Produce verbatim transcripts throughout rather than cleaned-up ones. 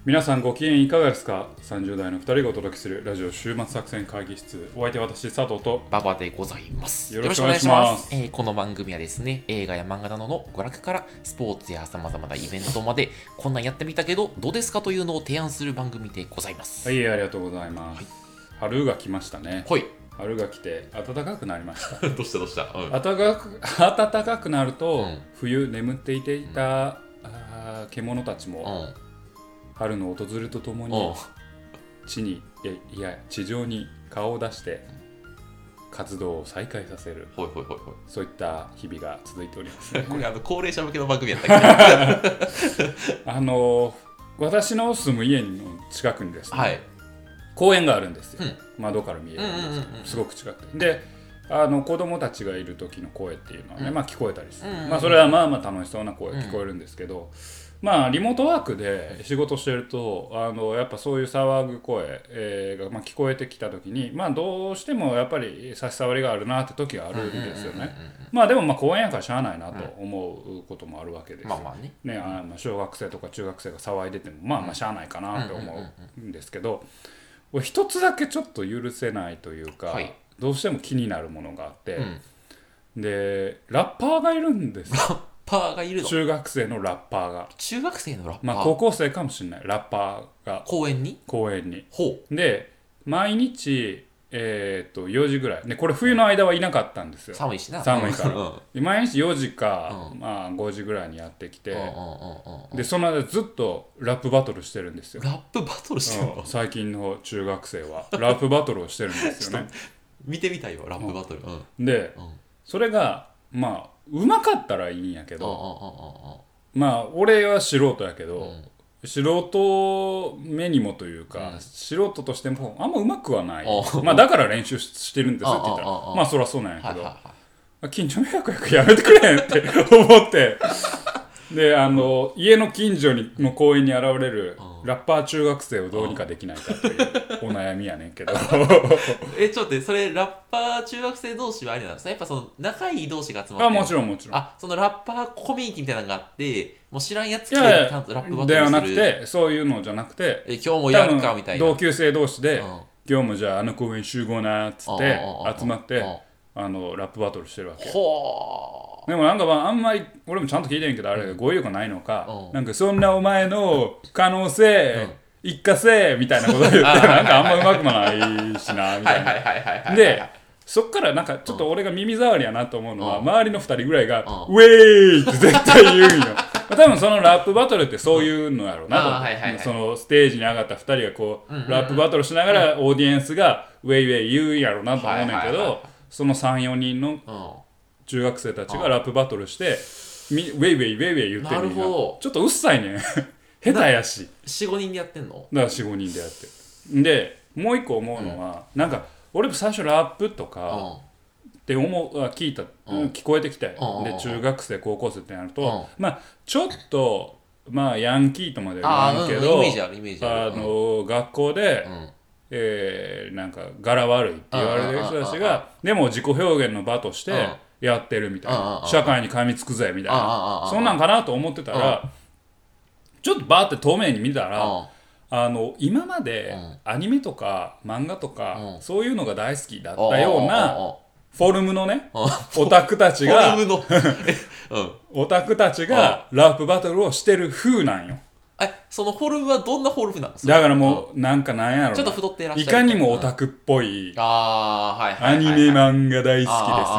皆さんご機嫌いかがですか？さんじゅう代のふたりがお届けするラジオ週末作戦会議室。お相手は私佐藤と馬場でございます。 よろしくお願いします。 えー、この番組はですね、映画や漫画などの娯楽からスポーツや様々なイベントまでこんなんやってみたけどどうですかというのを提案する番組でございます。 はい、ありがとうございます、はい、春が来ましたね。 はい、 春が来て暖かくなりましたどうしたどうした、うん、 暖かく暖かくなると、うん、冬眠っていていた、うん、あ獣たちも、うん、春の訪れとともに地にいや地上に顔を出して活動を再開させる、 ほいほいほいほい、 そういった日々が続いております、ね、 これあの高齢者向けの番組やったっけあの私の住む家の近くにですね、 はい、 公園があるんですよ、 うん、 窓から見えるんですけど、すごく近くて、であの子供たちがいる時の声っていうのはね、うん、まあ聞こえたりする、うんうんうん、まあそれはまあまあ楽しそうな声聞こえるんですけど、うん、まあリモートワークで仕事してるとあのやっぱそういう騒ぐ声、えー、がまあ聞こえてきた時にまあどうしてもやっぱり差し障りがあるなって時があるんですよね。まあでもまあ公園やからしゃあないなと思うこともあるわけですよ、 まあまあね、 ね、あの小学生とか中学生が騒いでてもまあまあしゃあないかなと思うんですけど、一つだけちょっと許せないというか、はい、どうしても気になるものがあって、うん、でラッパーがいるんですよ。 ラッパーがいるの？ 中学生のラッパーが。 中学生のラッパー、 まあ高校生かもしれないラッパーが公園に公園にほうで毎日えー、っとよじぐらいで、これ冬の間はいなかったんですよ。 寒いしな、 寒いから、うん、毎日よじか、 うん、 まあ、ごじぐらいにやってきて、 うんうんうんうん、 でその間ずっとラップバトルしてるんですよ。 ラップバトルしてるの、 うん、最近の中学生はラップバトルをしてるんですよね。 見てみたいよラップバトル、うんうん、で、うん、それがまあうまかったらいいんやけど、まあ俺は素人やけど、うん、素人目にもというか、うん、素人としてもあんまうまくはない、まあだから練習してるんですって言ったらまあそりゃそうなんやけど、はいはいはい、近所迷惑やからやめてくれんって思ってであの家の近所にの公園に現れるラッパー中学生をどうにかできないかというお悩みやねんけどえちょっと待って、それラッパー中学生同士はあれなんですか？やっぱその仲いい同士が集まって、 あもちろんもちろん、 あそのラッパーコミュニティみたいなのがあってもう知らんやつ来てラップバトルするではなくて、そういうのじゃなくて、 え今日もやるかみたいな同級生同士で、うん、今日もじゃああの公園集合なっつって集まってあのラップバトルしてるわけ。 ほーでもなんかまああんまり俺もちゃんと聞いてんけどあれが語彙力ないのか、うん、なんかそんなお前の可能性、うん一過性みたいなことを言ってなんかあんまうまくもないしなみたいな。でそっからなんかちょっと俺が耳障りやなと思うのは、うん、周りのふたりぐらいが、うん、ウェーイって絶対言うんよ多分そのラップバトルってそういうのやろうなと、はいはいはい、そのステージに上がったふたりがこう、うんうんうん、ラップバトルしながらオーディエンスがウェイウェイ言うんやろうなと思うねんけど、はいはいはいはい、その さん,よ 人の中学生たちがラップバトルしてウェイウェイウェイウェイ言ってるんよ。ちょっとうっさいね下手やしよん,ご 人でやってんの？だから よん,ご 人でやってる。でもう一個思うのは、うん、なんか俺も最初ラップとかって思う聞いた、うん、聞こえてきて、うん、で中学生高校生ってなると、うん、まあちょっとまあヤンキーとまでは言わんけど、 うん、イメージあるイメージある、 あの、うん、学校で、うんえー、なんか柄悪いって言われる人たちがでも自己表現の場としてやってるみたいな、社会に噛みつくぜみたいな、そんなんかなと思ってたらちょっとバーって透明に見たら、うん、あの今までアニメとか漫画とか、うん、そういうのが大好きだったようなフォルムのね、オタクたちがフォルムの、うん、オタクたちがラップバトルをしてる風なんよ。 え、そのフォルムはどんなフォルムなんですか？ だからもうなんかなんやろな、 ちょっと太ってらっしゃるいかにもオタクっぽい、 あー、はいはいはいはい、 アニメ漫画大好きですみたいな、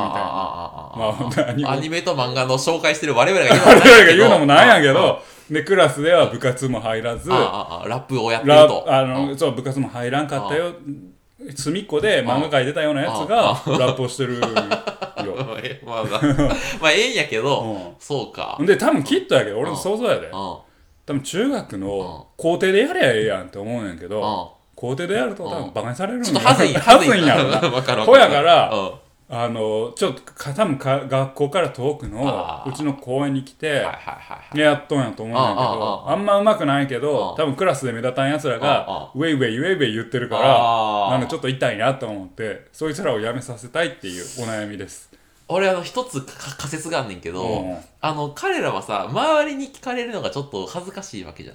まあ、アニメと漫画の紹介してる我々が言うのもなんやけどでクラスでは部活も入らずああラップをやってるとあのそう部活も入らんかったよ、隅っこで漫画描いてたようなやつがラップをしてるよまあまあええんやけど、うん、そうかで多分きっとやけど俺の想像やで、多分中学の校庭でやりゃええやんって思うねんけど、校庭でやると多分バカにされるんや、 ちょっとはずいはずいんやろなほやからあのちょっと多分か学校から遠くのうちの公園に来てやっとんやと思うんやけど、あんま上手くないけど多分クラスで目立たんやつらがウェイウェイウェイウェイ言ってるからなんかちょっと痛いなと思ってそいつらをやめさせたいっていうお悩みです。 俺あの一つ仮説があんねんけど、うん、あの彼らはさ周りに聞かれるのがちょっと恥ずかしいわけじゃない。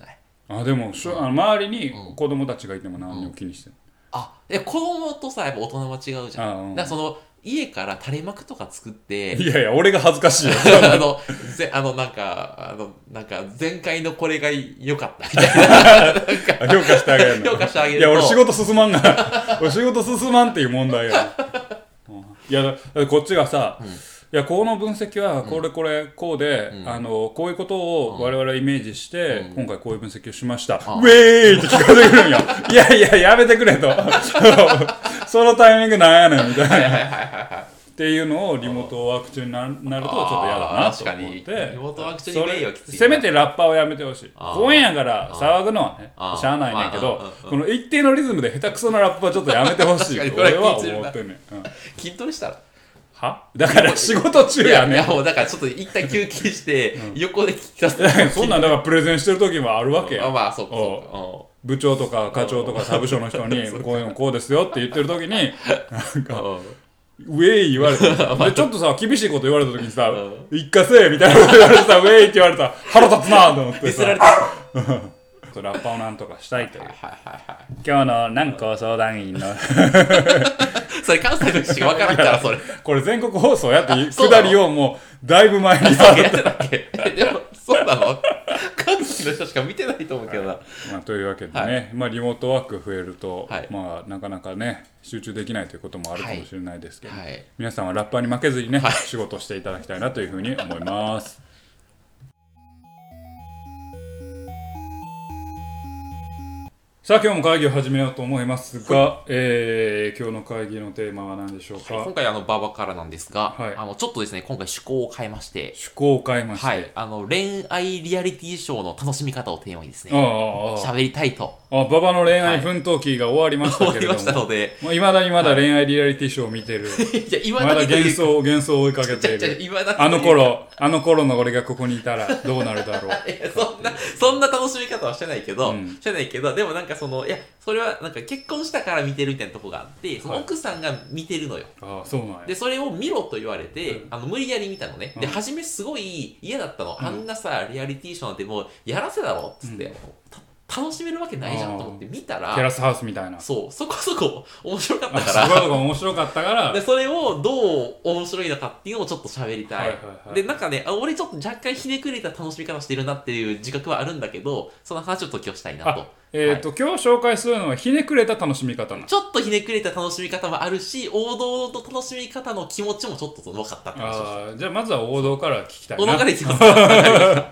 あでもしょ、うん、あの周りに子供たちがいても何にも気にしてない、 うん、あいや子供とさやっぱ大人は違うじゃん、うん、だからその家から垂れ幕とか作っていやいや俺が恥ずかしいよあのぜあのなんかあのなんか前回のこれが良かったみたいななんか評価してあげるの評価してあげるといや俺仕事進まんが俺仕事進まんっていう問題や、うん、いやだこっちがさ、うんいやこの分析はこれこれこうで、うん、あのこういうことを我々はイメージして、うん、今回こういう分析をしました、うん、ウェーイって聞こえてくるんよいやいややめてくれとそのタイミングなんやねんみたいなっていうのをリモートワーク中になるとちょっと嫌だなと思ってリモートワーク中に名誉きついせめてラッパーをやめてほしい公演やから騒ぐのはねしゃあないねんけどこの一定のリズムで下手くそなラップはちょっとやめてほしい俺は思ってんねん、うん、 筋トレしたらはだから仕事中やねいやもうだからちょっと一旦休憩して横で聞き出すそんなんだからプレゼンしてる時もあるわけや、 うん、まあそうかそうか部長とか課長とかサブ署の人にこういうのこうですよって言ってる時になんかウェイ言われてでちょっとさ厳しいこと言われた時にさ一過せみたいなこと言われてさウェイって言われたら腹立つなと思ってさラッパーをなんとかしたいという今日の南高相談員のそれ関西の人しか分からんからそれこれ全国放送やってくだりをもうだいぶ前にやってたっけでもそうなの関西の人しか見てないと思うけどな、 まあ、というわけでね、はいまあ、リモートワーク増えると、はいまあ、なかなかね集中できないということもあるかもしれないですけど、はいはい、皆さんはラッパーに負けずにね、はい、仕事していただきたいなというふうに思いますさあ今日も会議を始めようと思いますが、えー、今日の会議のテーマは何でしょうか。 はい、今回あのババからなんですが、 はい、 あのちょっとですね今回趣向を変えまして趣向を変えまして、 はい、あの恋愛リアリティショーの楽しみ方をテーマにですね喋りたいと。 あババの恋愛奮闘期が終わりましたけれども、はい、 終わりましたのでいまだにまだ恋愛リアリティショーを見てる、はい、まだ幻想幻想を追いかけているあの頃あの頃の俺がここにいたらどうなるだろういやそんなそんな楽しみ方はしてないけど、うん、してないけどでもなんかそのいやそれはなんか結婚したから見てるみたいなとこがあってその奥さんが見てるのよ、 はい、あそうなんやでそれを見ろと言われて、うん、あの無理やり見たのね、うん、で初めすごい嫌だったの、うん、あんなさリアリティショーなんてもうやらせだろっつって、うん楽しめるわけないじゃんと思って見たらテラスハウスみたいなそうそこそこ面白かったからそこそこ面白かったからでそれをどう面白いのかっていうのをちょっと喋りたい、はいはいはい、でなんかねあ俺ちょっと若干ひねくれた楽しみ方してるなっていう自覚はあるんだけどその話をちょっと今日したいなとえーとはい、今日紹介するのはひねくれた楽しみ方なちょっとひねくれた楽しみ方もあるし王道と楽しみ方の気持ちもちょっと分かったって話をあじゃあまずは王道から聞きたいな王道からいきますはい、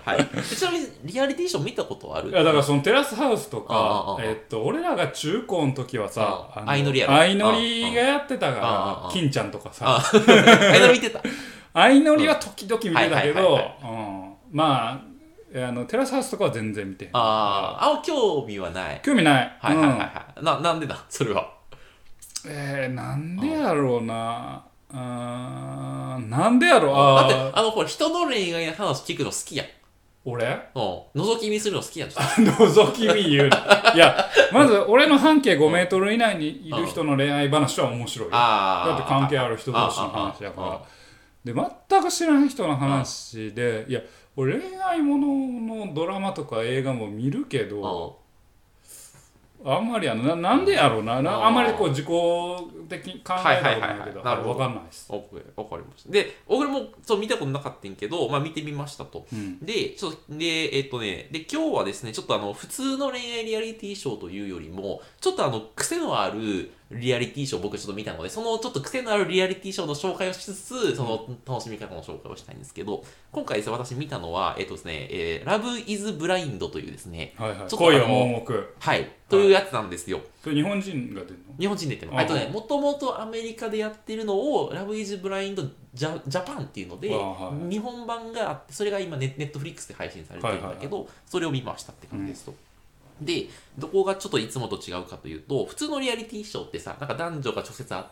ちなみにリアリティショー見たことあるいやだからそのテラスハウスとかえー、と俺らが中高の時はさ相乗りやろ相乗りがやってたから金ちゃんとかさ相乗り見てた相乗りは時々見てたけどまああのテラスハウスとかは全然見てへんああ興味はない興味ないはいはいはい、はいうん、な, なんでだそれはえー、なんでやろうなあなんでやろうあだってあのこれ人の恋愛の話聞くの好きやん俺うん覗き見するの好きやん覗き見言うないやまず俺の半径ごメートル以内にいる人の恋愛話は面白いよだって関係ある人同士の話やからで全く知らない人の話でいや俺恋愛もののドラマとか映画も見るけどあんまりあの な, なんでやろうなあんまりこう自己的に考えたことないけど分かんないです。 分かりました。で俺もそう見たことなかったんけど、まあ、見てみましたと、うん、でちょっとでえっとねで今日はですねちょっとあの普通の恋愛リアリティショーというよりもちょっとあの癖のあるリアリティショーを僕ちょっと見たのでそのちょっと癖のあるリアリティショーの紹介をしつつその楽しみ方の紹介をしたいんですけど今回ですね私見たのはえっとですね、えー、Love is Blind というですね、 はいはい、ちょっと恋は盲目はいというやつなんですよ。 それ日本人が出るの？ 日本人出てるの。えっとねもともとアメリカでやってるのを Love is Blind Japan っていうので、はい、日本版があってそれが今ネットフリックスで配信されてるんだけど、はいはいはい、それを見ましたって感じですと。 で、どこがちょっといつもと違うかというと、普通のリアリティショーってさ、なんか男女が直接会って、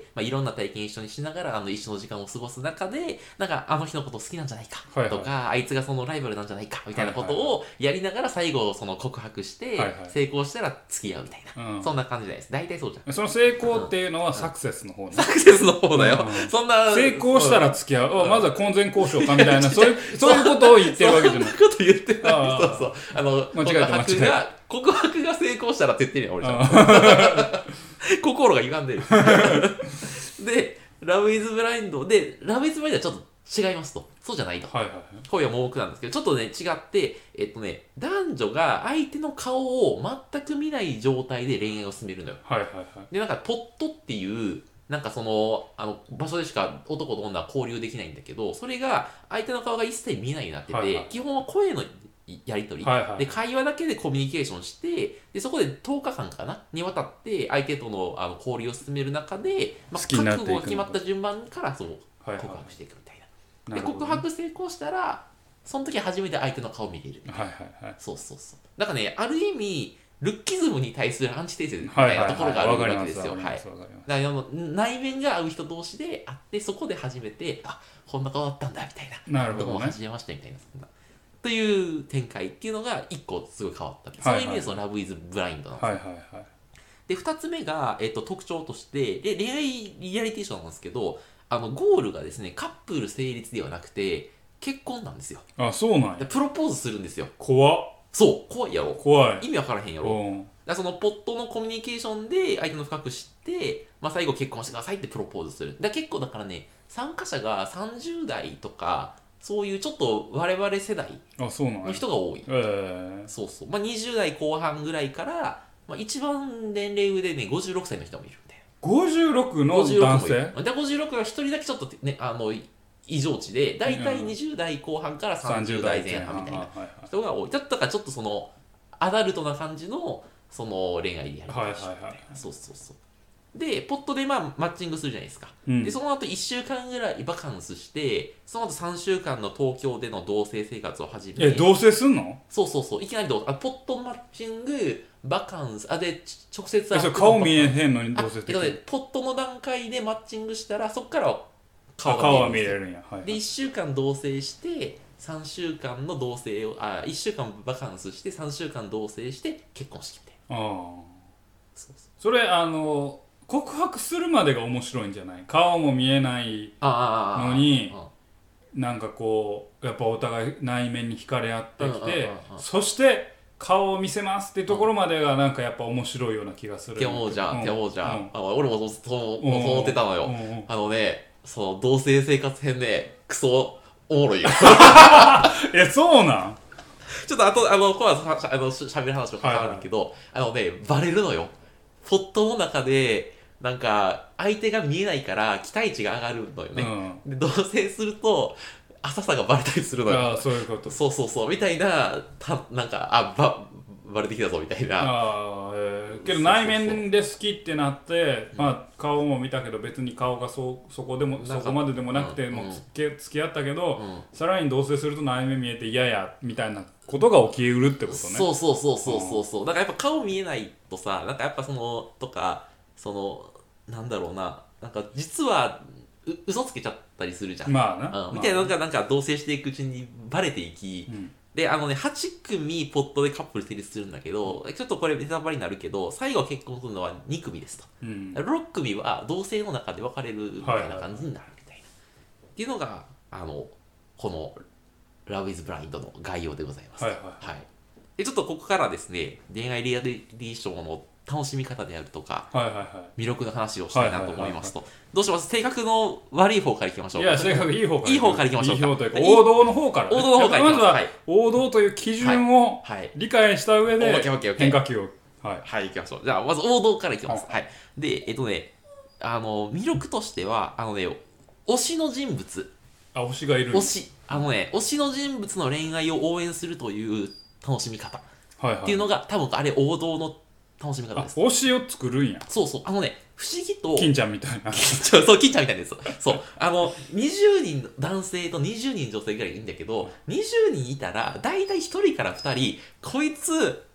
まあ、いろんな体験一緒にしながら、あの、一緒の時間を過ごす中で、なんか、あの日のこと好きなんじゃないか、はいはい、とか、あいつがそのライバルなんじゃないか、みたいなことをやりながら最後、その告白して、はいはい、成功したら付き合うみたいな、うん、そんな感じじゃないです。大体そうじゃん。 その成功っていうのはサクセスの方、ねうん、サクセスの方だよ。うん、そんな。 成功したら付き合う。うん、まずは婚前交渉かみたいな、そういう、そういうことを言ってるわけじゃない。 そんなこと言ってない。そうそう。あの、 間違えた間違えた。 告白が成功したらって言ってるよ、俺じゃん。心が歪んでる。で、ラブイズブラインドで、ラブイズブラインドはちょっと違いますと。そうじゃないと。 はいはいはい、 恋は盲目なんですけど、ちょっとね、違って、えっとね、男女が相手の顔を全く見ない状態で恋愛を進めるのよ。 はいはいはい。 で、なんか、ポットっていう、なんかその、あの、場所でしか男と女は交流できないんだけど、それが相手の顔が一切見えないようになってて、はいはい、基本は声のやり取り、はいはい、で会話だけでコミュニケーションして、でそこでとおかかんかなにわたって相手とのあの交流を進める中で、まあ、覚悟が決まった順番からそう告白していくみたいな、はいはい、で告白成功したらその時初めて相手の顔見れるみたいな、はいはいはい、そうそうそう。だからね、ある意味ルッキズムに対するアンチテーゼみたいなところがあるわけですよ。はい。だから内面が合う人同士で会ってそこで初めてあこんな顔だったんだみたいな。 なるほどね。 どうも初めましてみたいな。そんなという展開っていうのが一個すごい変わった。そういう意味でそのラブイズブラインドなんですよ。はいはいはい。で二つ目が、えっと、特徴としてで恋愛リアリティショーなんですけど、あのゴールがですねカップル成立ではなくて結婚なんですよ。 あ、そうなんや。 プロポーズするんですよ。 怖っ。 そう怖いやろ。 怖い。 意味わからへんやろ。だそのポットのコミュニケーションで相手の深く知って、まあ、最後結婚してくださいってプロポーズする。だ結構だからね参加者がさんじゅう代とかそういうちょっと我々世代の人が多い。 えー、 そうそう。まあ、にじゅう代後半ぐらいから、まあ、一番年齢上でねごじゅうろくさいの人もいるみたいな。 ごじゅうろくの男性？ でごじゅうろくがひとりだけちょっとねあの異常値でだいたいにじゅう代後半からさんじゅう代前半みたいな人が多い。だったからちょっとそのアダルトな感じのその恋愛でやるみたいな、はいはいはい、そうそうそう。でポットでまあマッチングするじゃないですか、うん、でその後いっしゅうかんぐらいバカンスしてその後さんしゅうかんの東京での同棲生活を始めえ同棲すんの？ そうそうそう。いきなりどうあポットマッチングバカンスあで直接えそれ顔見えへんのに同棲ってえっとねポットの段階でマッチングしたらそこから顔が見えるんですよ。顔は見れるんや、はいはい、でいっしゅうかん同棲してさんしゅうかんの同棲をあいっしゅうかんバカンスしてさんしゅうかん同棲して結婚式みたいな。ああそうそう。それあの告白するまでが面白いんじゃない？顔も見えないのになんかこうやっぱお互い内面に惹かれ合ってきてそして顔を見せますっていうところまでがなんかやっぱ面白いような気がするって思うじゃん、うん、って思うじゃん、うん、あ俺もそうそう思ってたのよ、うんうん、あのねその同棲生活編ねクソおもろいよいやそうなんちょっとあとあのこの後しゃべる話も変わるけど、はいはい、あのねバレるのよポットの中でなんか相手が見えないから期待値が上がるのよね、うん、で同棲すると浅さがバレたりするのよ。 あそういうことそうそうそうみたいなたなんかあばバレてきたぞみたいな。 あ、えー、けど内面で好きってなって、うん、まあ顔も見たけど別に顔が そ, そこでもそこまででもなくて、うん、もう付き、付き合ったけど、うん、さらに同棲すると内面見えて嫌やみたいなことが起きうるってことね。 そうそうそうそうそうそう、うん、だからやっぱ顔見えないとさなんかやっぱそのとかそのなんだろうななんか実はう嘘つけちゃったりするじゃん、 まあな、 うん、みたいなのがなんか同棲していくうちにバレていき、うん、であのねはちくみポットでカップル成立するんだけど、うん、ちょっとこれネタバレになるけど最後結婚するのはにくみですと、うん、ろっくみは同棲の中で別れるみたいな感じになるみたいな、はいはい、っていうのがあのこのラブイズブラインドの概要でございます、はいはいはい、でちょっとここからですね恋愛リアリティショーの楽しみ方であるとか、はいはいはい、魅力の話をしたいなと思いますと、はいはいはいはい、どうします？性格の悪い方からいきましょうか。 いや性格いい方からいい方からいきましょうか。 いい方というか王道の方から、ね、 王道の方からいきましょう。 まずは王道という基準を理解した上で変化球をはい、はい、いきましょう。じゃあまず王道からいきます、はい、でえっとねあの魅力としてはあのね推しの人物あ推しがいる推しあのね推しの人物の恋愛を応援するという楽しみ方、はいはい、っていうのが多分あれ王道の楽しみ方です。 推しを作るんや。 そうそうあのね不思議と金ちゃんみたいなそう金ちゃんみたいです。そうあのにじゅうにん男性とにじゅうにん女性ぐらいいるんだけどにじゅうにんいたらだいたいひとりからふたりこいつ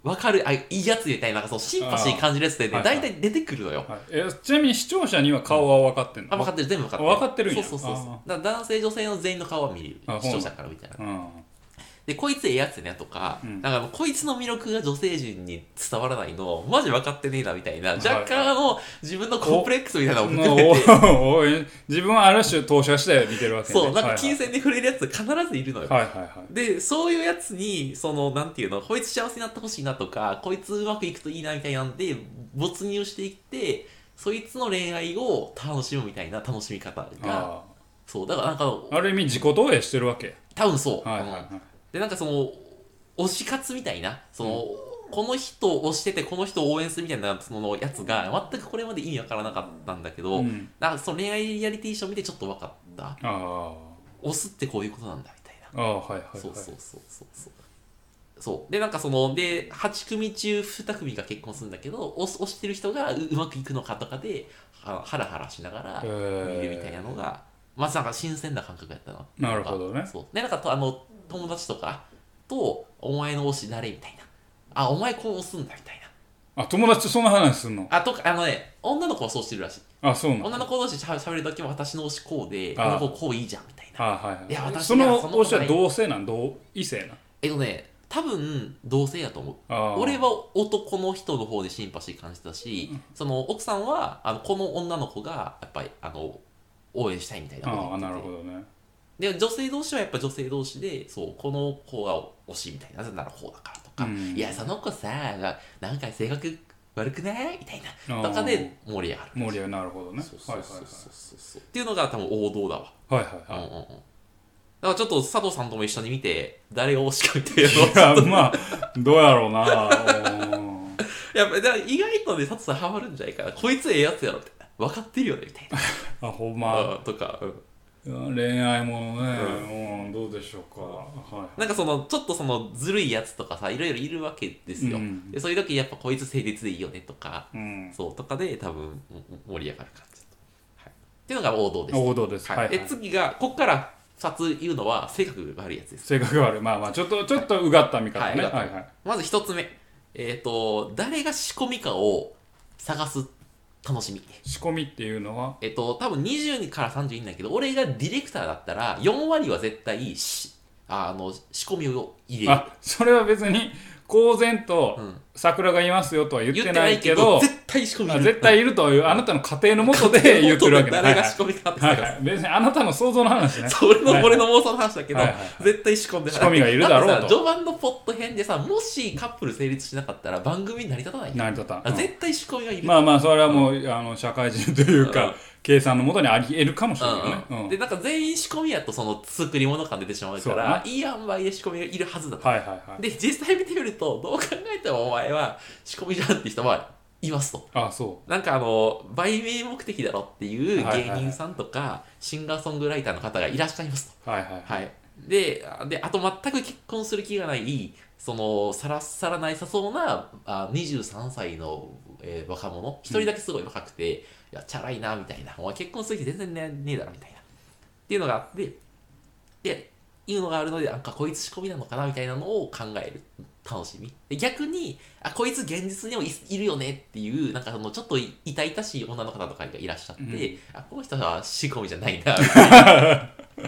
分かる、あ、いいやつみたいな、なんかそうシンパシー感じるやつでね、大体出てくるのよ。 はい、えちなみに視聴者には顔は分かってんの？ あ、分かってる、全部分かってる。 分かってるんや。 そうそうそうそう。だから男性、女性の全員の顔は見れる。視聴者からみたいな。 うんで、こいつええやつねとか、 うん、 なんかこいつの魅力が女性陣に伝わらないの、マジ分かってねえなみたいな、若干あの、自分のコンプレックスみたいなのを含めて、 おい自分はある種投射して見てるわけね。 そう、なんか金銭で触れるやつ必ずいるのよ。 はいはいはい。 で、そういうやつに、その、なんていうの、こいつ幸せになってほしいなとか、こいつうまくいくといいなみたいなんで、没入していって、そいつの恋愛を楽しむみたいな楽しみ方が、そう、だからなんか、 ある意味自己投影してるわけ。 多分そう。 はいはいはい。 で、なんかその、推し活みたいな、その、うん、この人を推しててこの人を応援するみたいなそのやつが全くこれまで意味わからなかったんだけど、うん、なんかその恋愛リアリティショー見てちょっと分かった。あ推すってこういうことなんだみたいな。 あ、はいはいはい。 そうそうそうそうそう。そうでなんかそのではち組中に組が結婚するんだけど、推推してる人が う, うまくいくのかとかでハラハラしながら見るみたいなのが、まずなんか新鮮な感覚やったな。 なるほどね。 そうでなんかとあの友達とかとお前の推し誰みたいな、あお前こう推すんだみたいな、あ友達とそんな話すんの？ あとあのね女の子はそうしてるらしい。 あそうなの？ 女の子同士しゃべるだけも私の推しこうでこの子こういいじゃんみたいな。 あはいはい、いや私その推しは同性なん同異性なん？ えっとね多分同性やと思う。俺は男の人の方でシンパシー感じたし、うん、その奥さんはあのこの女の子がやっぱりあの応援したいみたいなこと言ってて。 あなるほどね。 で女性同士はやっぱ女性同士でそうこの子が推しみたいな、なぜならこうだからとか、うん、いやその子さなんか性格悪くないみたいなとかで盛り上がる。 盛り上がる。なるほどね。 そうそうそうそうっていうのが多分王道だわ。 はいはいはい。うんうんうん、 だからちょっと佐藤さんとも一緒に見て誰が推しかみたいなのをいやまあどうやろうなやっぱだから意外とね佐藤さんハマるんじゃないかな。こいつええやつやろみたいな、分かってるよねみたいなあほんまとか、うん恋愛ものね、うんうん、どうでしょうか、はい、 なんかそのちょっとそのずるいやつとかさいろいろいるわけですよ、うん、でそういう時やっぱこいつ成立でいいよねとか、うん、そうとかで多分盛り上がる感じ、はい、っていうのが王道です。 王道です、 はいはい、で次がこっからふたつ言うのは性格が悪いやつです。 性格が悪い、まあまあちょっとちょっとうがった見方ね、はいはいはい、 まずひとつめ、えっ、ー、と誰が仕込みかを探す楽しみ。 仕込みっていうのはえっと多分にじゅうからさんじゅういいんだけど、俺がディレクターだったらよんわりは絶対しあの仕込みを入れる。 あそれは別に公然と桜がいますよとは言ってないけど、 絶対仕込みいる、 絶対いるというあなたの家庭のもとで言ってるわけだ。 誰が仕込みかって、 はいはい、別にあなたの想像の話ね。 それの、はいはい、俺の妄想の話だけど、はいはいはい、絶対仕込んで仕込みがいるだろうと。 序盤のポット編でさ、もしカップル成立しなかったら番組に成り立たない。 成り立たん。 絶対仕込みがいる。 まあまあそれはもう、うん、あの社会人というか、うん、計算のもとにあり得るかもしれないよね、 うんうんうん、でなんか全員仕込みやとその作り物感出てしまうから、いい塩梅で仕込みがいるはずだと、 はいはいはい、 で実際見てみるとどう考えてもお前は仕込みじゃんって人はいますと。 あそうなんかあの売名目的だろっていう芸人さんとかシンガーソングライターの方がいらっしゃいますと。 はいはいはい、 で, であと全く結婚する気がないそのさらさらないさそうなあにじゅうさんさいの、えー、若者一人だけすごい若くて、うん、いやチャラいなみたいな、お前結婚する気全然 ね, ねえだろみたいなっていうのがあって、でいうのがあるのでなんかこいつ仕込みなのかなみたいなのを考える楽しみで、逆にあこいつ現実にも い, いるよねっていうなんかそのちょっと痛々しい女の方とかがいらっしゃって、うん、あこの人は仕込みじゃないなみたいな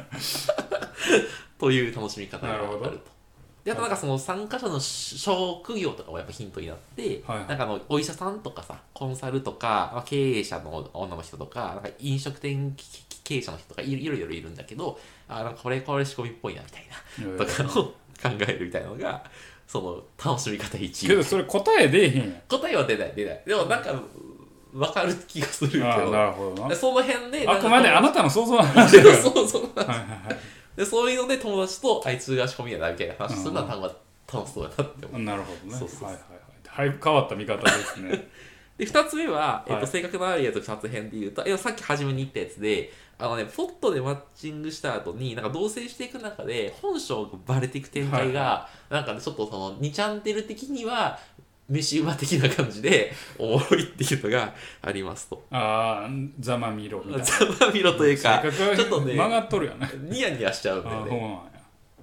という楽しみ方があると。であとなんかその参加者の職業とかもやっぱヒントになって、はいはい、なんかあのお医者さんとかさコンサルとか、まあ、経営者の女の人とか、なんか飲食店経営者の人とかいろいろいろいるんだけど、あなんかこれこれ仕込みっぽいなみたいなとかを考えるみたいなのがその楽しみ方いちい。 けどそれ答え出えへんやん。 答えは出ない出ない。でもなんか分かる気がするけど、 あなるほどな。 その辺であくまであなたの想像の話だからそうそうはいはいはいでそういうので友達とあいつが仕込みやなみたいな話するのは楽しそうだなって思う。 なるほどね。 そうそうそう、 はいはいはい、だいぶ変わった見方ですね。 でふたつめは、えっと、性格のあるやつふたつ編で言うと、いやさっき初めに言ったやつで、あのねポットでマッチングした後になんか同棲していく中で本性がバレていく展開が、はい、なんかねちょっとそのにチャンネル的には飯馬的な感じでおもろいっていうのがありますと。 ああざまみろみたいな。 ざまみろというかちょっとね曲がっとるよね。 ニヤニヤしちゃうんだよね。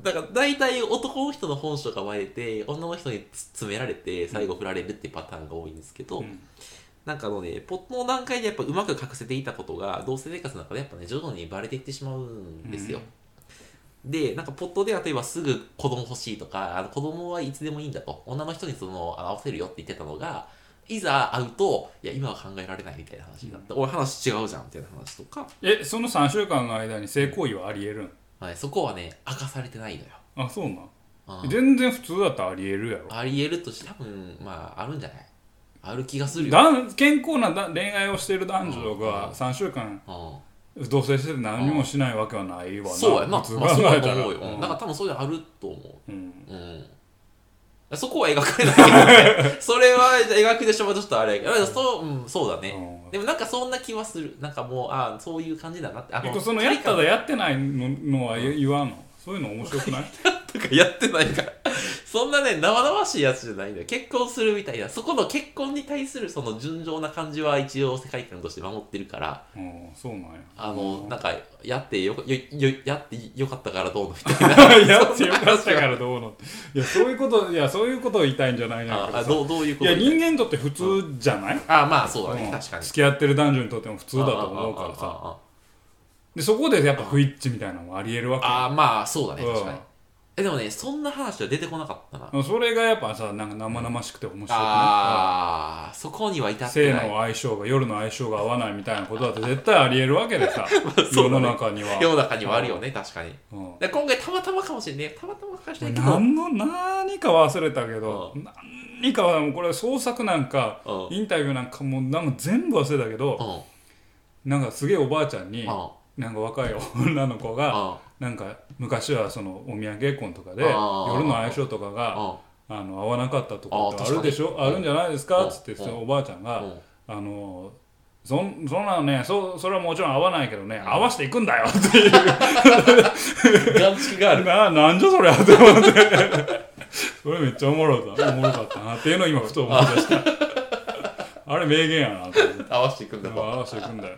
だから大体男の人の本性が割れて女の人に詰められて最後振られるっていうパターンが多いんですけど、うん、なんかあのねポットの段階でやっぱうまく隠せていたことが同性生活の中でやっぱね徐々にバレていってしまうんですよ、うん、でなんかポットで例えばすぐ子供欲しいとかあの子供はいつでもいいんだと女の人にその合わせるよって言ってたのがいざ会うといや今は考えられないみたいな話になって、うん、俺話違うじゃんみたいな話とかえそのさんしゅうかんの間に性行為はあり得るん、 はい、そこはね明かされてないのよ。 あそうなん、うん、全然普通だったらあり得るやろ。 あり得るとして多分まああるんじゃないある気がするよ。 健康な恋愛をしている男女がさんしゅうかん同棲してて何もしないわけはないわな。 そうやな、 普通考えたら、まあ、そうだと思うよ、うん、なんか多分そういうのあると思う、うんうん、そこは描かれないけどねそれは描くでしょ、ちょっとあれやけどそう、うん、そうだね、うん、でもなんかそんな気はする。なんかもうあそういう感じだなって。あのそのやっただやってないのは言わんの。そういうの面白くないとかやってないからそんなね生々しいやつじゃないんだよ。結婚するみたいなそこの結婚に対するその純情な感じは一応世界観として守ってるから。 うん、そうなんや。 あのなんかやってよよよやってよかったからどうのみたいなやってよかったからどうのいやそういうこといやそういうことを言いたいんじゃないな。 ああどうどういうこと。 いや人間にとって普通じゃない、うん、 あまあそうだね、うん、確かに付き合ってる男女にとっても普通だと思うからさ。でそこでやっぱ不一致みたいなのもありえるわけ。 ああまあそうだね、確かに。えでもねそんな話は出てこなかったな。 それがやっぱさなんか生々しくて面白くない。 ああそこには至ってない。 性の相性が夜の相性が合わないみたいなことだって絶対ありえるわけでさ、まあね、世の中には世の中にはあるよね、うん、確かに、うん、で今回たまたまかもしれないたまたまかもしれないけど何の何か忘れたけど、うん、何かはもうこれ創作なんか、うん、インタビューなんかもうなんか全部忘れたけど、うん、なんかすげえおばあちゃんに、うん、なんか若い女の子が、うんなんか昔はそのお見合い結婚とかで夜の相性とかがあの合わなかったとかってあるでしょ、あるんじゃないですかっつってそのおばあちゃんがあのそんそんなのね そ, それはもちろん合わないけどね合わせていくんだよっていうガンチキがあるななんじゃそりゃって思ってそれめっちゃおもろかったおもろかったなっていうのを今ふと思い出したあれ名言やなと思って合わせていくんだよ合わせていくんだよ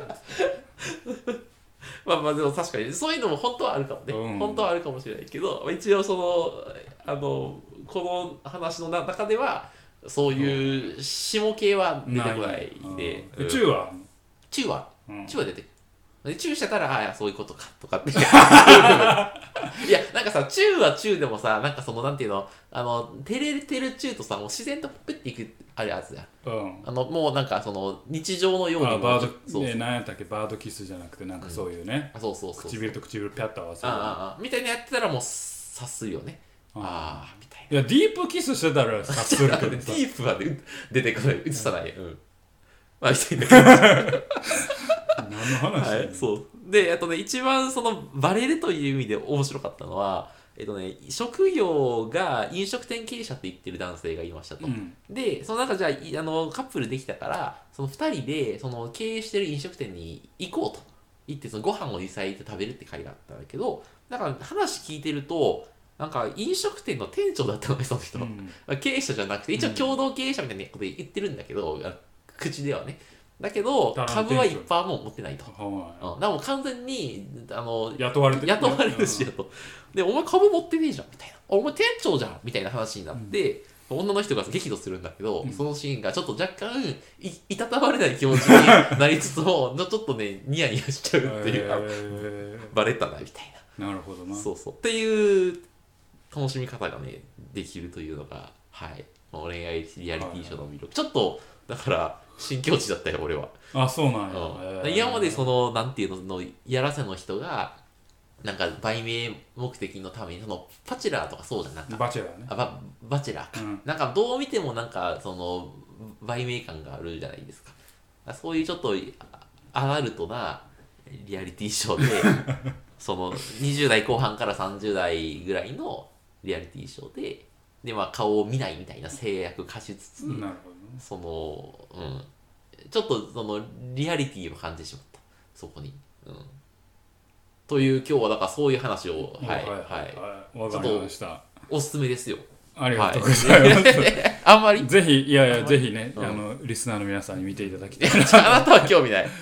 まあまあでも確かにそういうのも本当はあるかもね、うん、本当はあるかもしれないけど一応そのあのこの話の中ではそういう下系は出てこないで、 うん、中は中は、うん、中は出てくる。中してたらああそういうことかとかっていやなんかさ中は中でもさなんかそのなんていうのあの照れてる中とさもう自然とプッていくあれやつや、うん、あのもうなんかその日常のようにあバードそうそう、ね、何やったっけバードキスじゃなくてなんかそういうね、 うん、そうそうそう唇と唇ピャッと合わせるああみたいなやってたらもう察するよね。ああみたいな。いやディープキスしてたら察するけどディープは出てこない映さない、うん、まあみたいな感じ何の話、 はい、そうであとね一番そのバレるという意味で面白かったのはえっとね職業が飲食店経営者って言ってる男性がいましたと、うん、でその中じゃああのカップルできたからそのふたりでその経営してる飲食店に行こうと言ってそのご飯を実際で食べるって会があったんだけどなんか話聞いてるとなんか飲食店の店長だったのねその人、うん、経営者じゃなくて一応共同経営者みたいなこと言ってるんだけど、うん、口ではねだけど株はいっパーも持ってないと、うん、だからもう完全にあの雇われてる雇われるしやとでお前株持ってねえじゃんみたいなお前店長じゃんみたいな話になって、うん、女の人が激怒するんだけど、うん、そのシーンがちょっと若干 い, いたたまれない気持ちになりつつもちょっとねニヤニヤしちゃうっていうか、えー、バレたなみたいな。なるほどな。 そうそうっていう楽しみ方がねできるというのがはい恋愛リアリティショーの魅力、はいはい、ちょっとだから新境地だったよ俺は。 あそうなんや、 うん、今までそのなんていうののやらせの人がなんか売名目的のためにそのパチェラーとかそうじゃんなんかバチェラーねあ バ, バチェラーか、うん、なんかどう見てもなんかその売名感があるじゃないですか。そういうちょっとアダルトなリアリティショーでそのにじゅう代後半からさんじゅう代ぐらいのリアリティショーでで、まあ、顔を見ないみたいな制約課しつつ、 なるほど、ね、 その、うん、ちょっとそのリアリティを感じてしまったそこに、うん、という今日はだからそういう話をはいはい、 はいはい、分かりました。 おすすめですよ。 ありがとうございます、はい、 あんまりぜひいやいやぜひね、うん、あのリスナーの皆さんに見ていただきたいあなたは興味ない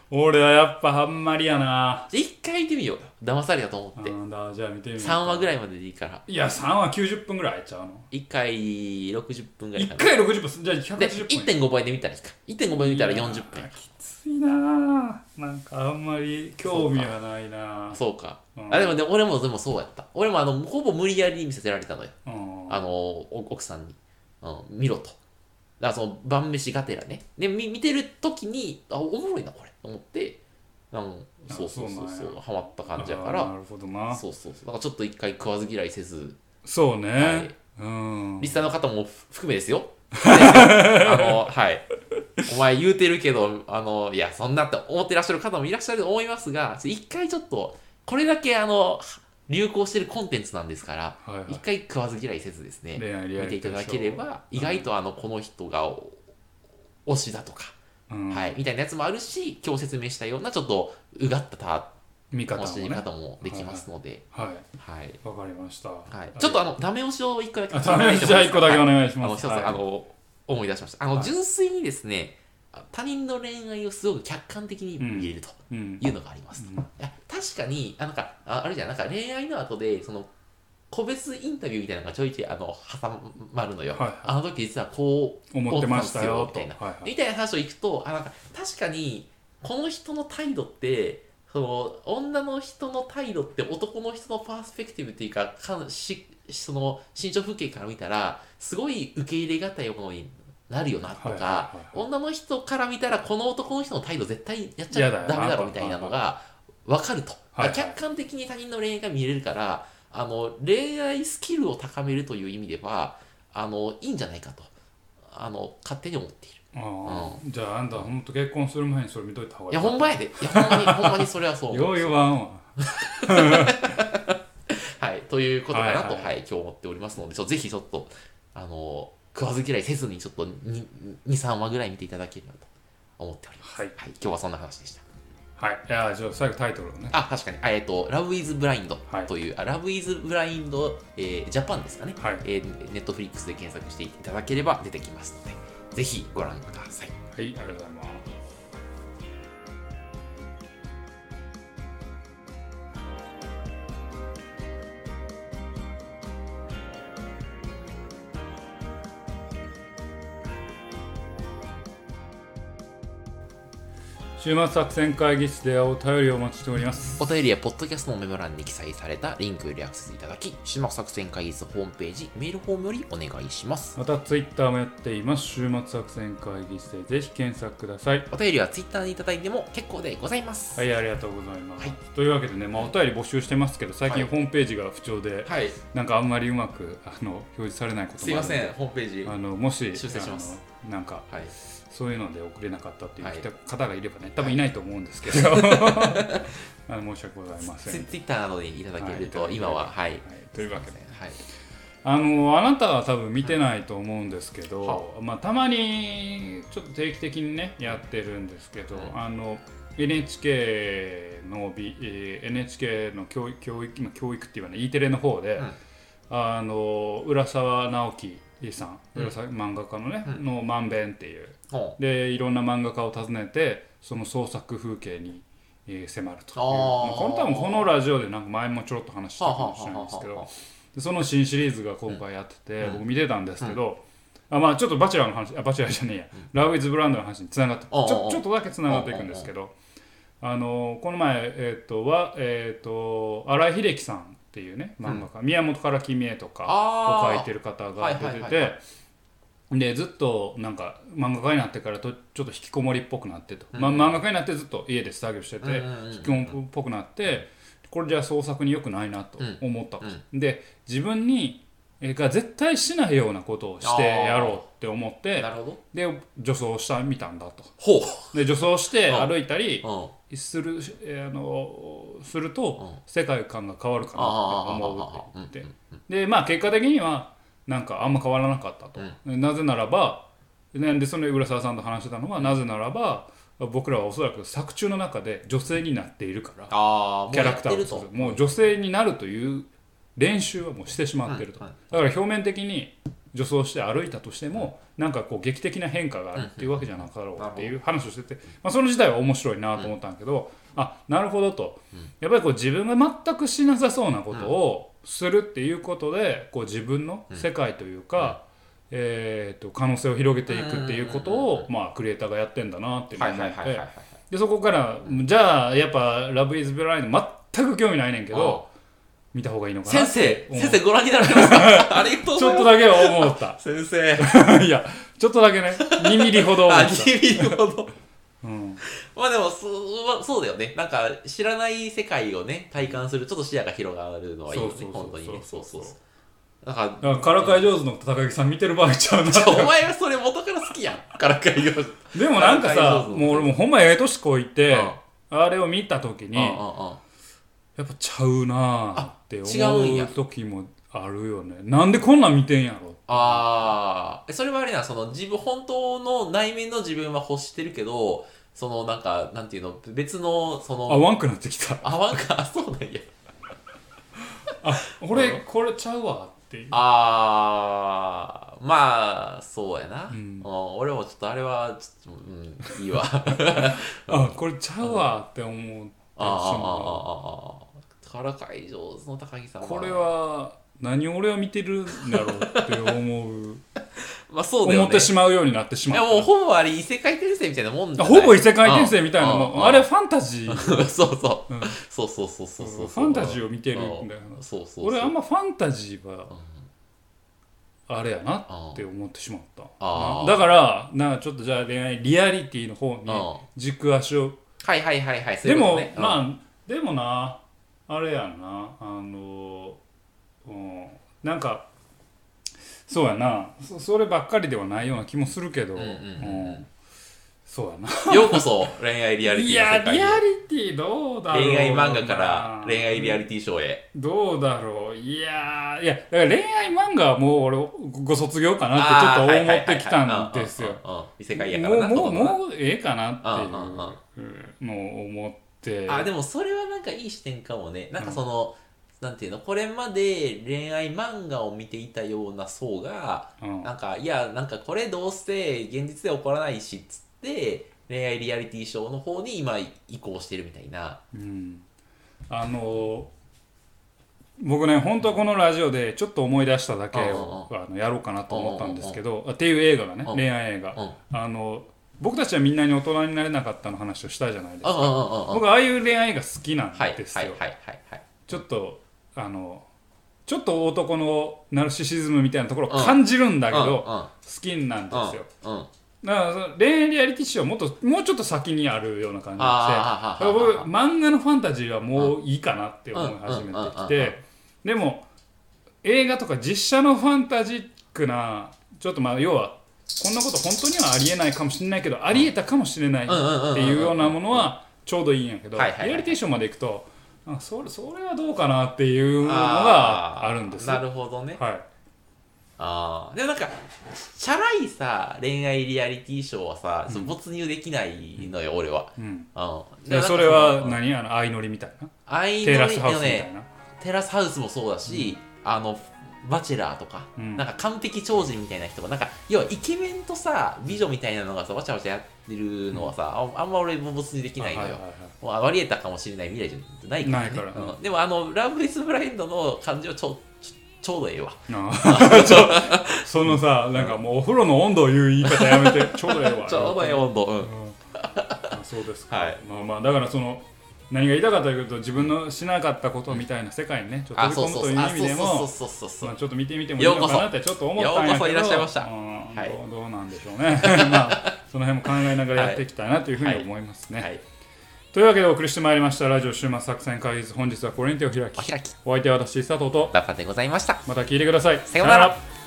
俺はやっぱあんまりやな。 じゃあ一回見てみようよ。騙されたと思って。 あじゃあ見てみよう。 さんわぐらいまででいいから。 いや、さんわきゅうじゅっぷんぐらいやっちゃうの。 いっかいろくじゅっぷんぐらいかな。 いっかいろくじゅっぷん、じゃあひゃくはちじゅっぷん。 いってんごばいで見たらいいか。いってんごばいで見たらよんじゅっぷん。 きついな。なんかあんまり興味はないな。 そうか。そうか、うん、あでも、ね、俺もでもそうやった。俺もあのほぼ無理やり見せてられたのよ。うん、あの奥さんに、うん、見ろと。だからその晩飯がてらね。で見見てる時にあおもろいなこれと思って。うん、そうそうそうそうハマった感じやから。 なるほどな。 そうそうそうだからちょっと一回食わず嫌いせず。 そうね、はい、 うん、リスナーの方も含めですよ。あのはいお前言うてるけどあのいやそんなって思ってらっしゃる方もいらっしゃると思いますが、一回ちょっとこれだけあの流行してるコンテンツなんですから、はいはい、一回食わず嫌いせずですね見ていただければ、意外とあのこの人が推しだとか、うんはい、みたいなやつもあるし、今日説明したようなちょっとうがったた見方も、ね、方もできますので、 はいはい、わ、はい、かりました。はい、ちょっとあのダメ押しを一個だけダメ押しはいっこだけお願いします。 はい、あの一つ、はい、あの思い出しました。あの、はい、純粋にですね、他人の恋愛をすごく客観的に見れるというのがありますと。うんうん、いや確かにあなんかああれじゃんなんか恋愛の後でその個別インタビューみたいなのがちょいちょいあの挟まるのよ、はいはい、あの時実はこう思ってましたよみたいな、 はいはい、 みたいな話をいくとあなんか確かにこの人の態度ってその女の人の態度って男の人のパースペクティブっていうかかしその心情風景から見たらすごい受け入れがたいものになるよなとか、はいはいはいはい、女の人から見たらこの男の人の態度絶対やっちゃダメだろみたいなのが分かると、はいはい、客観的に他人の恋愛が見れるからあの恋愛スキルを高めるという意味ではあのいいんじゃないかとあの勝手に思っている。 あうん、じゃああんた本当結婚する前にそれ見といた方がいい。 いやほんまやでいやほんまにほんまにそれはそうよう言わんわはいということかなと、はいはいはい、今日思っておりますのでちょぜひちょっとあの食わず嫌いせずにちょっと にさんわぐらい見ていただければと思っております、はいはい、今日はそんな話でした。 はい、いやじゃあ最後タイトルをね。 あ、確かに。えっ、ー、と、Love is Blind という、はい、Love is Blind、えー、ジャパンですかね。はい、えー。ネットフリックスで検索していただければ出てきますので、ぜひご覧ください。 はい、ありがとうございます。週末作戦会議室ではお便りをお待ちしております。 お便りはポッドキャストのメモ欄に記載されたリンクよりアクセスいただき、週末作戦会議室ホームページメールフォームよりお願いします。 またツイッターもやっています。週末作戦会議室でぜひ検索ください。 お便りはツイッターにいただいても結構でございます。 はい、ありがとうございます、はい、というわけでね、まあ、お便り募集してますけど最近ホームページが不調で、はい、なんかあんまりうまくあの表示されないこともあるので、 すいませんホームページあのもし修正します。 なんか、はい、そういうので送れなかったっていう方がいればね、 はい、 多分いないと思うんですけど、はい、あの申し訳ございません。 ツイッターなどでいただけると、はい、今は、はいはい、 というわけで、はい、あのあなたは多分見てないと思うんですけど、はい、まあ、たまにちょっと定期的にねやってるんですけど、うん、あの エヌエイチケー の、えー、エヌエイチケー の教育教育教育っていうかね E テレの方で、うん、あの浦沢直樹さん、うん、漫画家のね、うん、のまんべんっていう、うん、でいろんな漫画家を訪ねてその創作風景に、えー、迫るという、まあ、この多分このラジオでなんか前もちょろっと話したかもしれないんですけど、でその新シリーズが今回やってて、うん、僕見てたんですけど、うん、あまあちょっとバチェラーの話あバチェラーじゃねえや、うん、Love is Blindの話につながってちょ、ちょっとだけつながっていくんですけど、あのこの前えっ、ー、とはえっ、ー、と新井秀樹さんっていうね漫画家、うん、宮本から君へとかを描いてる方が出てて、でずっとなんか漫画家になってからとちょっと引きこもりっぽくなってと、うん、ま、漫画家になってずっと家で作業してて、うん、引きこもりっぽくなってこれじゃ創作に良くないなと思ったと、うんうん、で自分にが絶対しないようなことをしてやろうって思ってで女装してみたんだと。 ほうで女装して歩いたりする、あのすると世界観が変わるかなって思うって言ってでまあ結果的にはなんかあんま変わらなかったと、うん、なぜならばでその浦沢さんと話してたのは、うん、なぜならば僕らはおそらく作中の中で女性になっているからあキャラクターをするもう女性になるという練習はもうしてしまっていると、うんはい、だから表面的に女装して歩いたとしてもなんかこう劇的な変化があるっていうわけじゃなかろうっていう話をしてて、まあ、その自体は面白いなと思ったんだけど、うん、あなるほどと、うん、やっぱりこう自分が全くしなさそうなことをするっていうことでこう自分の世界というか、うん、えー、と可能性を広げていくっていうことを、まあ、クリエイターがやってんだなっていうのを思って、でそこからじゃあやっぱラブイズブラインド全く興味ないねんけど見た方がいいのかな。 先生先生ご覧になられますか？ありがとうございます。 ちょっとだけは思った先生いやちょっとだけねにミリほど思った。 あにミリほどうん、 まあでもそそうだよね。なんか知らない世界をね体感するちょっと視野が広がるのはいいよね。本当にね。そうそうそう。だから、 だからからかい上手の高木さん見てる場合ちゃうな。 お前はそれ元から好きやん。からかい上手。 でもなんかさ、もう俺もほんまええ年こいて、うん、あれを見た時に、うんうんうん、やっぱちゃうなーって思う時もあるよね。なんでこんなん見てんやろ。 ああ、それはあれな、その自分本当の内面の自分は欲してるけど、そのなんかなんていうの別のその合わんくなってきた。 合わんか、そうなんや。 あ、俺これちゃうわっていう。 ああ、まあそうやな。うん、俺もちょっとあれはちょっと、うん、いいわ。 あ、これちゃうわって思ってしまう。ああ、からかい上手の高木さんは。 これは何を俺は見てるんだろうって思う。 まあそうだよね、 思ってしまうようになってしまう。 いやもうほぼあれ異世界転生みたいなもんだほぼ異世界転生みたいなもん。あれファンタジー。 そうそう、うん、そうそうそうそうそう。 ファンタジーを見てるんだよな。 そうそうそう。 俺あんまファンタジーはあれやなって思ってしまった。あだからなんかちょっとじゃあ恋愛リアリティの方に軸足を。 はいはいはいはい。 でもまあでもなあれやんなあの、うん、なんか。そうやな そ, そればっかりではないような気もするけど、うんうんうんうん、そうやなようこそ恋愛リアリティの世界に。 いやリアリティどうだろう。 恋愛漫画から恋愛リアリティショーへどうだろう。いやいやだから恋愛漫画はもう俺ご卒業かなってちょっと思ってきたんですよ。 異世界やからな。 もうもうもうええかなっていうのを思って。 あでもそれはなんかいい視点かもね。なんかその、うんなんていうのこれまで恋愛漫画を見ていたような層が、うん、なんかいやなんかこれどうせ現実で起こらないしっつって恋愛リアリティショーの方に今移行してるみたいな、 うん、あの僕ね本当はこのラジオでちょっと思い出しただけをあのやろうかなと思ったんですけどっていう映画がね恋愛映画あの僕たちはみんなに大人になれなかったの話をしたじゃないですか。僕はああいう恋愛映画好きなんですよ。ちょっとあのちょっと男のナルシシズムみたいなところを感じるんだけど、うんうんうん、好きなんですよ、うんうん、だから恋愛リアリティショーはもっともうちょっと先にあるような感じがして僕漫画のファンタジーはもういいかなって思い始めてきてでも映画とか実写のファンタジックなちょっとまあ要はこんなこと本当にはありえないかもしれないけどありえたかもしれないっていうようなものはちょうどいいんやけどリアリティショーまでいくとあ そ, れそれはどうかなっていうのがあるんです。 なるほどね。 はい。 ああ、でもなんかチャラいさ恋愛リアリティショーはさ、うん、没入できないのよ、うん、俺は。うん。あでそれは何あの相乗りみたいな。 相乗りテラスハウスみたいな。 テラスハウスもそうだし、うん、あのバチェラーとか、うん、なんか完璧超人みたいな人がなんか要はイケメンとさ美女みたいなのがさわちゃわちゃやってるのはさ、うん、あ, あんま俺も没入できないのよ。もうありえたかもしれない未来じゃないから、ね、ないから、うん、でもあのラブイズブラインドの感じはちょちょちょうどええわ。 そのさなんかもうお風呂の温度を言う言い方やめてちょうどええわ。 ちょうどええ温度。うん。 そうですか。 はい、 まあまあだからその何が言いたかったかというと自分のしなかったことみたいな世界にねちょっと飛び込むという意味でもちょっと見てみてもいいのかなってちょっと思ったんやけどようこそいらっしゃいました、 うんはい、ど, うどうなんでしょうねまあその辺も考えながらやっていきたいなというふうに思いますね、はいはい、というわけでお送りしてまいりましたラジオ週末作戦会議室本日はこれにてお開きお開きお相手は私佐藤とバカでございました。 また聞いてください。 さようなら。